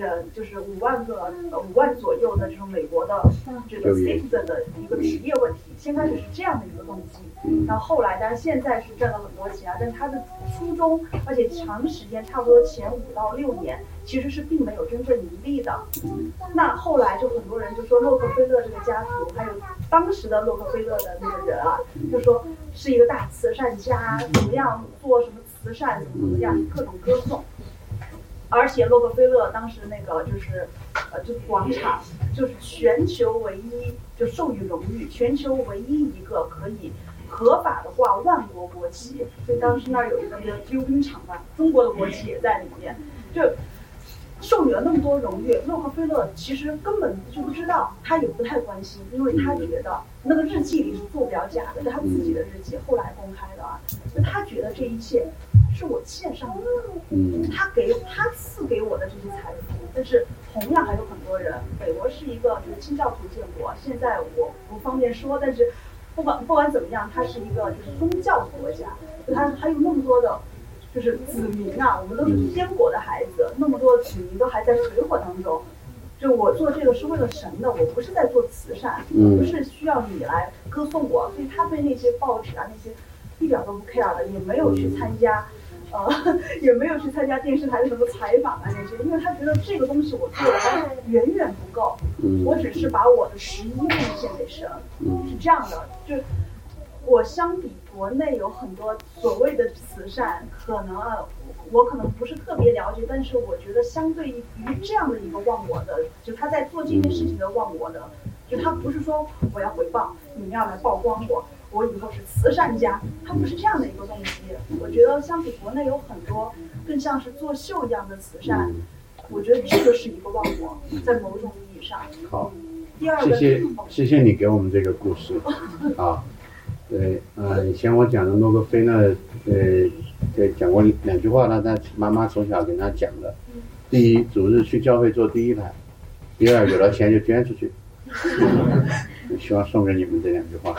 人，就是5万左右的这种美国的这个 citizen 的一个职业问题。先开始是这样的一个动机，然后后来，当然现在是挣了很多钱啊，但他的初衷，而且长时间，差不多前5到6年，其实是并没有真正盈利的。那后来就很多人就说洛克菲勒这个家族，还有当时的洛克菲勒的那个人啊，就说是一个大慈善家，怎么样做什么慈善，怎么样，各种歌颂。而且洛克菲勒当时那个就是广场，就是全球唯一就授予荣誉，全球唯一一个可以合法的挂万国国旗，所以当时那儿有一个溜冰场嘛，中国的国旗也在里面，就授予了那么多荣誉。洛克菲勒其实根本就不知道，他也不太关心，因为他觉得那个日记里是做不了假的，是他自己的日记，后来公开的啊，就他觉得这一切是我献上的，他赐给我的这些财富。但是同样还有很多人，美国是一个就是清教徒建国，现在我不方便说，但是不管怎么样，它是一个就是宗教国家，就它还有那么多的就是子民啊，我们都是天国的孩子，那么多子民都还在水火当中。就我做这个是为了神的，我不是在做慈善，不是需要你来歌颂我。所以他对那些报纸啊那些一点都不 care 的，也没有去参加，也没有去参加电视台的什么采访啊那些，因为他觉得这个东西我做的还远远不够，我只是把我的11奉献给神，是这样的。就我相比国内有很多所谓的慈善，可能我可能不是特别了解，但是我觉得相对于这样的一个忘我的，就他在做这件事情的忘我的，就他不是说我要回报，你们要来曝光我以后是慈善家，他不是这样的一个动机。我觉得相比国内有很多更像是作秀一样的慈善，我觉得这个是一个忘我，在某种意义上。 好， 第二个谢谢你给我们这个故事啊。对，以前我讲的诺克菲呢，对，讲过2句话呢，他妈妈从小给他讲的。第一，主日去教会坐第一排；第二，有了钱就捐出去。希望送给你们这2句话。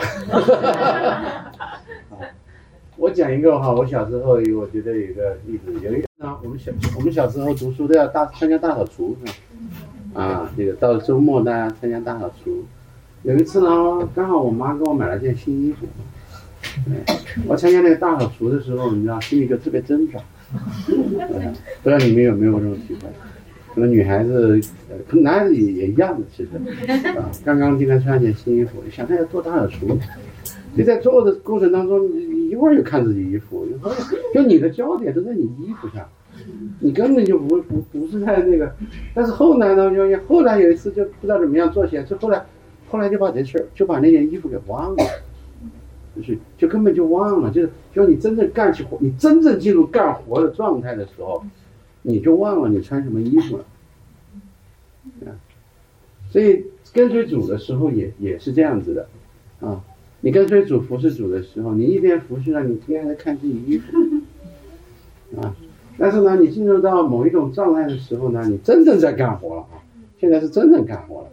我讲一个哈，我小时候我觉得有一个例子，有一个呢，我们小时候读书都要参加大扫除，这个到周末大家参加大扫除。有一次呢，刚好我妈给我买了件新衣服，我参加那个大扫除的时候，你知道心里就特别挣扎。不知道你们有没有这种体会？可能女孩子，可能男孩子也一样的，其实刚刚今天穿件新衣服，想他要做大扫除，你在做的过程当中，你一会儿就看自己衣服，就你的焦点都在你衣服上，你根本就不是在那个。但是后来呢，后来有一次就不知道怎么样做起来，后来就把这事儿，就把那件衣服给忘了，就根本就忘了，就你真正干起活，你真正进入干活的状态的时候，你就忘了你穿什么衣服了。所以跟随主的时候也是这样子的啊。你跟随主服侍主的时候，你一边服侍了，你一边还在看自己衣服啊。但是呢，你进入到某一种状态的时候呢，你真正在干活了啊，现在是真正干活了。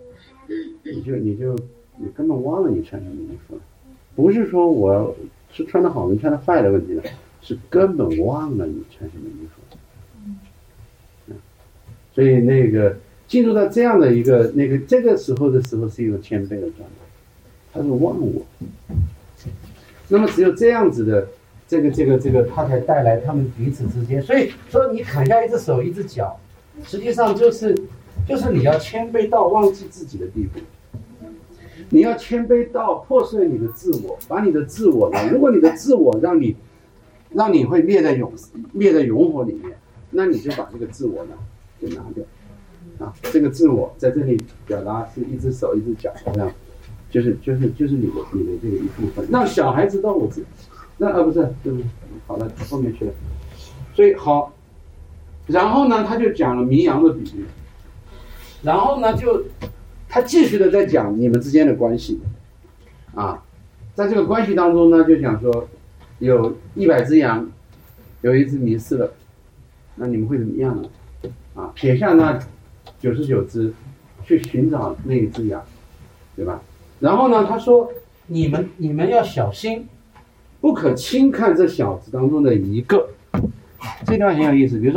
你根本忘了你穿什么衣服了，不是说我是穿得好跟穿得坏的问题了，是根本忘了你穿什么衣服。所以那个进入到这样的一个这个时候是一种谦卑的状态，他是忘我。那么只有这样子的这个他才带来他们彼此之间。所以说你砍下一只手一只脚，实际上就是你要谦卑到忘记自己的地步，你要谦卑到破碎你的自我，把你的自我呢，如果你的自我让你会灭在永火里面，那你就把这个自我呢给拿掉啊。这个自我在这里表达是一只手一只脚，这样就是你的这个一部分，让小孩知道我自己。那不是，好了，后面去了。所以好，然后呢，他就讲了绵羊的比喻。然后呢，他继续的在讲你们之间的关系，啊，在这个关系当中呢，就讲说有100只羊，有一只迷失了，那你们会怎么样呢？啊，撇下那99只，去寻找那一只羊，对吧？然后呢，他说你们要小心，不可轻看这小子当中的一个。这段很有意思，比如说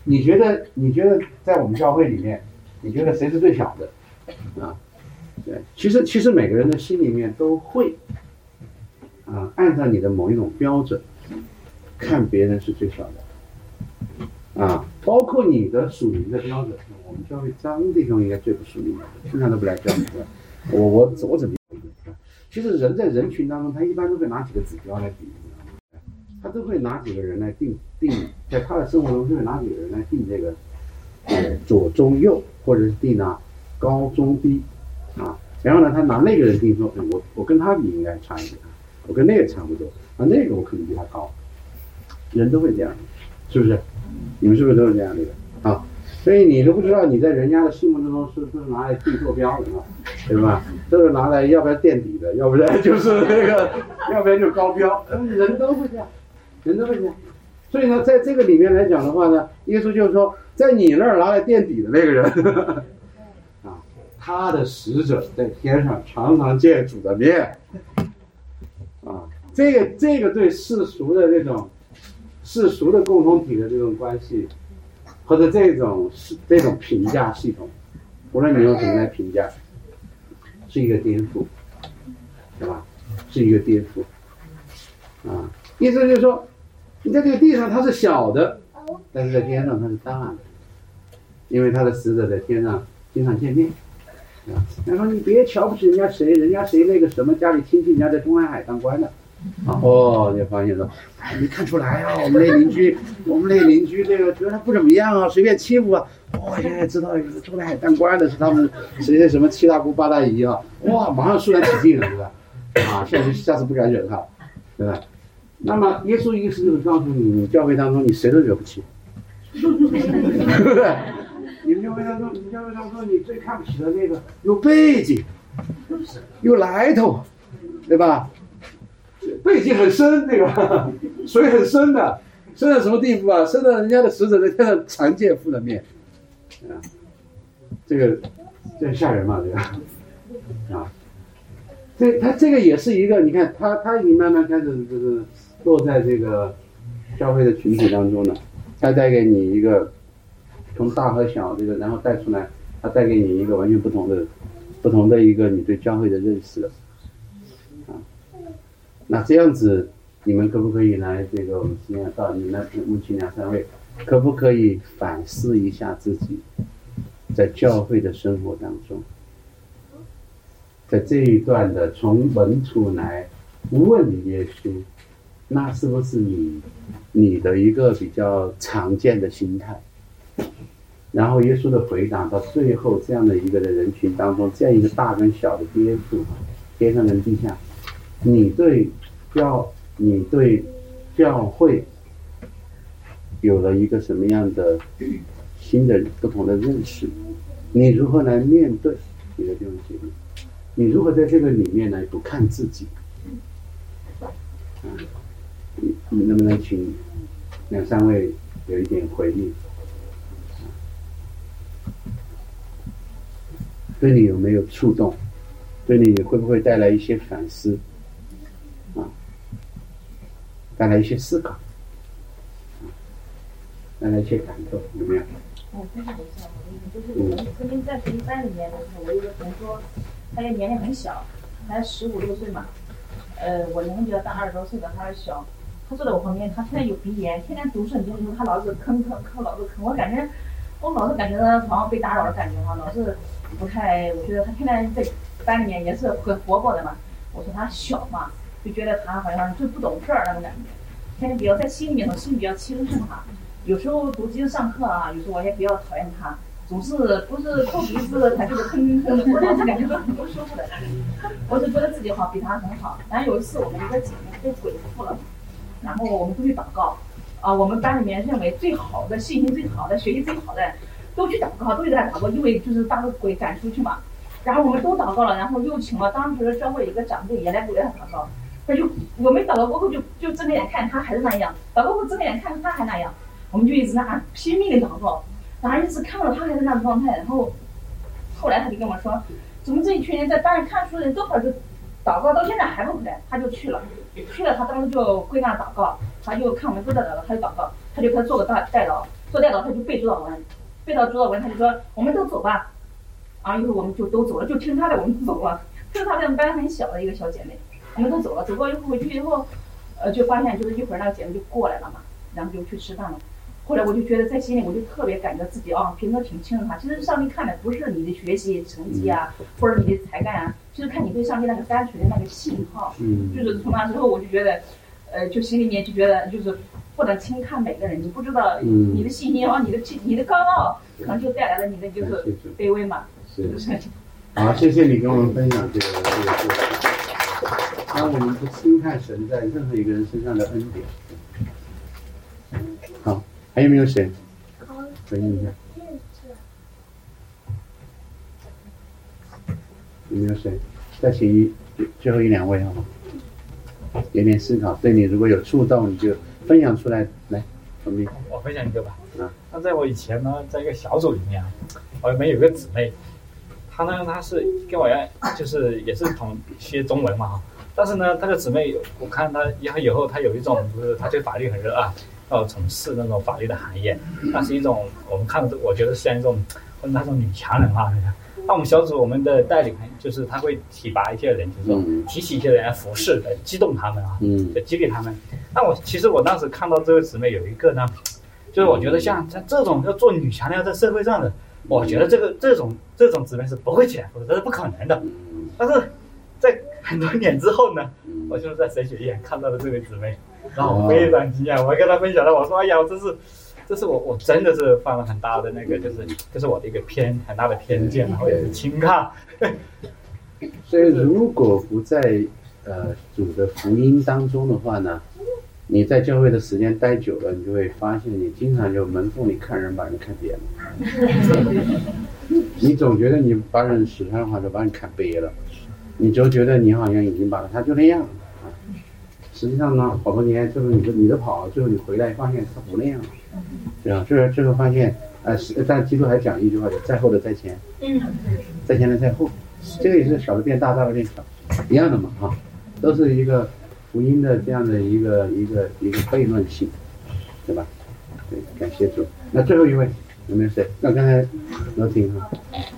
你觉得在我们教会里面，你觉得谁是最小的？啊，对，其实每个人的心里面都会按照你的某一种标准看别人是最小的，包括你的属灵的标准。我们教会张弟兄应该最不属灵的，经常都不来教会。我怎么？其实人在人群当中，他一般都会拿几个指标来比，他都会拿几个人来定，在他的生活中就会拿几个人来定这个左中右，或者是定高中低然后呢，他拿那个人定说，我跟他比应该差一点，我跟那个差不多，那个我可能比他高，人都会这样，是不是？你们是不是都是这样的所以你都不知道你在人家的心目之中是不是拿来定坐标的对吧？都是拿来要不然垫底的，要不然就是那个，要不然就高标，人都会这样，所以呢，在这个里面来讲的话呢，耶稣就是说，在你那儿拿来垫底的那个人他的使者在天上常常见主的面这个对世俗的这种世俗的共同体的这种关系，或者这种评价系统，无论你用什么来评价，是一个颠覆，对吧？是一个颠覆意思就是说，你在这个地上它是小的，但是在天上它是大的，因为他的使者在天上经常见面他说你别瞧不起人家谁那个什么家里亲戚，人家在中南海当官的你发现了，没看出来我们那邻居这个觉得他不怎么样随便欺负现在知道中南海当官的是他们谁什么七大姑八大姨马上肃然起敬了，对吧？下次不敢惹他，对吧？那么耶稣意思就是告诉你教会当中你谁都惹不起，对不对？你们教会当中你最看不起的那个有背景，有来头，对吧？背景很深，那个水很深的，深到什么地步深到人家的使者在天上常见父的面这个吓人嘛，这个他这个也是一个，你看他已经慢慢开始就是落在这个教会的群体当中了，他带给你一个从大和小这个，然后带出来，他带给你一个完全不同的一个你对教会的认识那这样子，你们可不可以来这个我们今天到你们目前2-3位，可不可以反思一下自己在教会的生活当中，在这一段的从门徒来问耶稣，那是不是你的一个比较常见的心态？然后耶稣的回答到最后，这样的一个的人群当中，这样一个大跟小的颠覆，天上跟地下，你对教会有了一个什么样的新的不同的认识？你如何来面对你的弟兄姐妹？你如何在这个里面来不看自己？你能不能请2-3位有一点回应？对你有没有触动？对你会不会带来一些反思？带来一些思考，带来一些感动，有没有？ 我分享一下我的意思，就是我们曾经在培训班里面的时候，我有一个同桌，他也年龄很小，才15-16岁嘛，我年龄比较大，20多岁的，他还小。他坐在我旁边，他现在有鼻炎，天天读圣经，他老是吭，老是吭，我老是感觉他好像被打扰的感觉老是不太，我觉得他天天在班里面也是很活泼的嘛。我说他小嘛，就觉得他好像就不懂事那种感觉，天天比较在心里面比较轻视他。有时候读经上课有时候我也比较讨厌他，总是不是抠鼻子，他就是吭，我老是感觉到很不舒服的。我就觉得自己比他很好。然后有一次我们一个姐妹被鬼附了，然后我们都去祷告我们班里面认为最好的、信心最好的、学习最好的都去祷告，都给他祷告，因为就是把鬼赶出去嘛。然后我们都祷告了，然后又请了当时教会一个长辈也来给他祷告。我们祷告过后就睁开眼看他还是那样，祷告后睁开眼看他还那样，我们就一直拼命的祷告，然后一直看到他还是那种状态。然后后来他就跟我说，怎么这一群人在班上看书的人都跑去祷告，到现在还不回来。他就去了，他当时就跪那祷告，他就看我们都在祷告，他就祷告，他就开始做个代祷。 坐电脑他就背主导文，背到主导文他就说我们都走吧，然后一会儿我们就都走了，就听他的我们走了。就是他们班很小的一个小姐妹，我们都走了，走过一会儿回去以后，就发现就是一会儿那个姐妹就过来了嘛，然后就去吃饭了。后来我就觉得在心里我就特别感觉自己平时挺轻哈。其实上帝看的不是你的学习成绩啊，或者你的才干啊，就是看你对上帝那个单纯的那个信号。就是从那之后我就觉得，就心里面就觉得就是不能轻看每个人，你不知道你的信心你的高傲，可能就带来了你的就是卑微嘛。是。 好，谢谢你跟我们分享这个故事。当我们不轻看神在任何一个人身上的恩典。好，还有没有谁？回应一下。有没有谁？再请最后一两位好吗？有点思考，对你如果有触动，你就分享出来。来， 我分享一个吧。那在我以前呢，在一个小组里面，我们有个姊妹。她是跟我一样，就是也是学中文嘛，但是呢，她的姊妹，我看她以后她有一种，就是她对法律很热爱，要从事那种法律的行业，那是一种我们看，我觉得像一种那种女强人啊。那我们小组我们的带领就是他会提拔一些人，就是说提起一些人来服侍，激动他们啊，激励他们。那其实我当时看到这位姊妹有一个呢，就是我觉得像这种要做女强人在社会上的。我觉得这种姊妹是不会起来，这是不可能的。但是在很多年之后呢，我就是在神学院看到了这位姊妹，然后我非常惊讶，我跟她分享了，我说哎呀，这是我真的是犯了很大的那个，就是我的一个很大的偏见，然后也是轻看。 所以如果不在主的福音当中的话呢，你在教会的时间待久了，你就会发现你经常就门缝里看人把人看扁了。你总觉得你把人使上的话就把人看瘪了，你就觉得你好像已经把他就那样啊。实际上呢，好多年最后你的跑，最后你回来发现他不那样了，对啊，最后发现但基督还讲一句话，叫在后的在前，在前的在后，这个也是小的变大，大的变小，一样的嘛哈，都是一个福音的这样的一个悖论性，对吧？对，感谢主。那最后一位有没有谁？那刚才罗婷哈。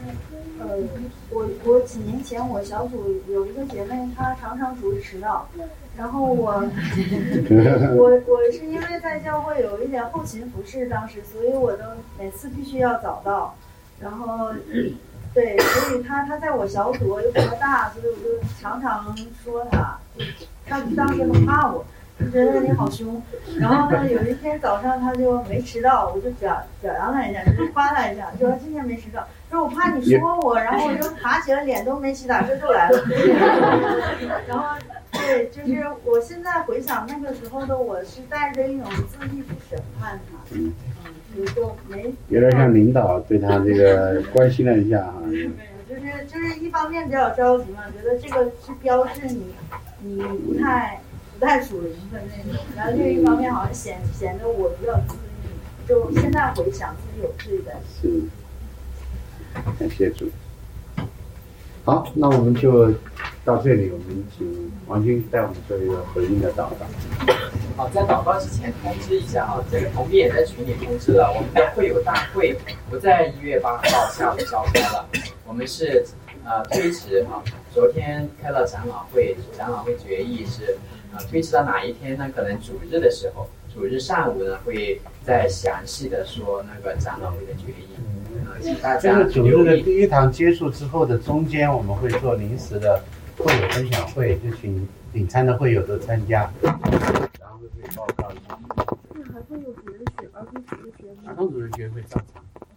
我几年前我小组有一个姐妹，她常常属于迟到，然后我是因为在教会有一点后勤服侍当时，所以我都每次必须要早到，然后对，所以她在我小组又比较大，所以我就常常说她当时很怕我，就觉得你好凶。然后呢，有一天早上她就没迟到，我就表扬她一下，就夸她一下，就说今天没迟到。说我怕你说我，然后我就爬起来，脸都没洗，打车就来了。然后对，就是我现在回想那个时候的我，是带着一种自意去审判他，就没有点像领导对他这个关心了一下哈。 就是一方面比较着急嘛，觉得这个是标志你不太属灵的那种，然后另一方面好像显得我比较自意，就现在回想自己有罪感。 是。感谢主。好，那我们就到这里，我们请王军带我们做一个回应的祷告。 好，在祷告之前通知一下啊，这个同斌也在群里通知了，我们的会友大会不在1月8号下午召开了，我们是推迟啊。昨天开了长老会决议是推迟到哪一天呢？可能主日的时候，主日上午呢会再详细的说那个长老会的决议。 就是主日的第一堂结束之后的中间，我们会做临时的会友分享会，就请领餐的会友都参加，然后会报告一下。 那还会有主日学，儿童主日学吗？ 儿童主日学会照常。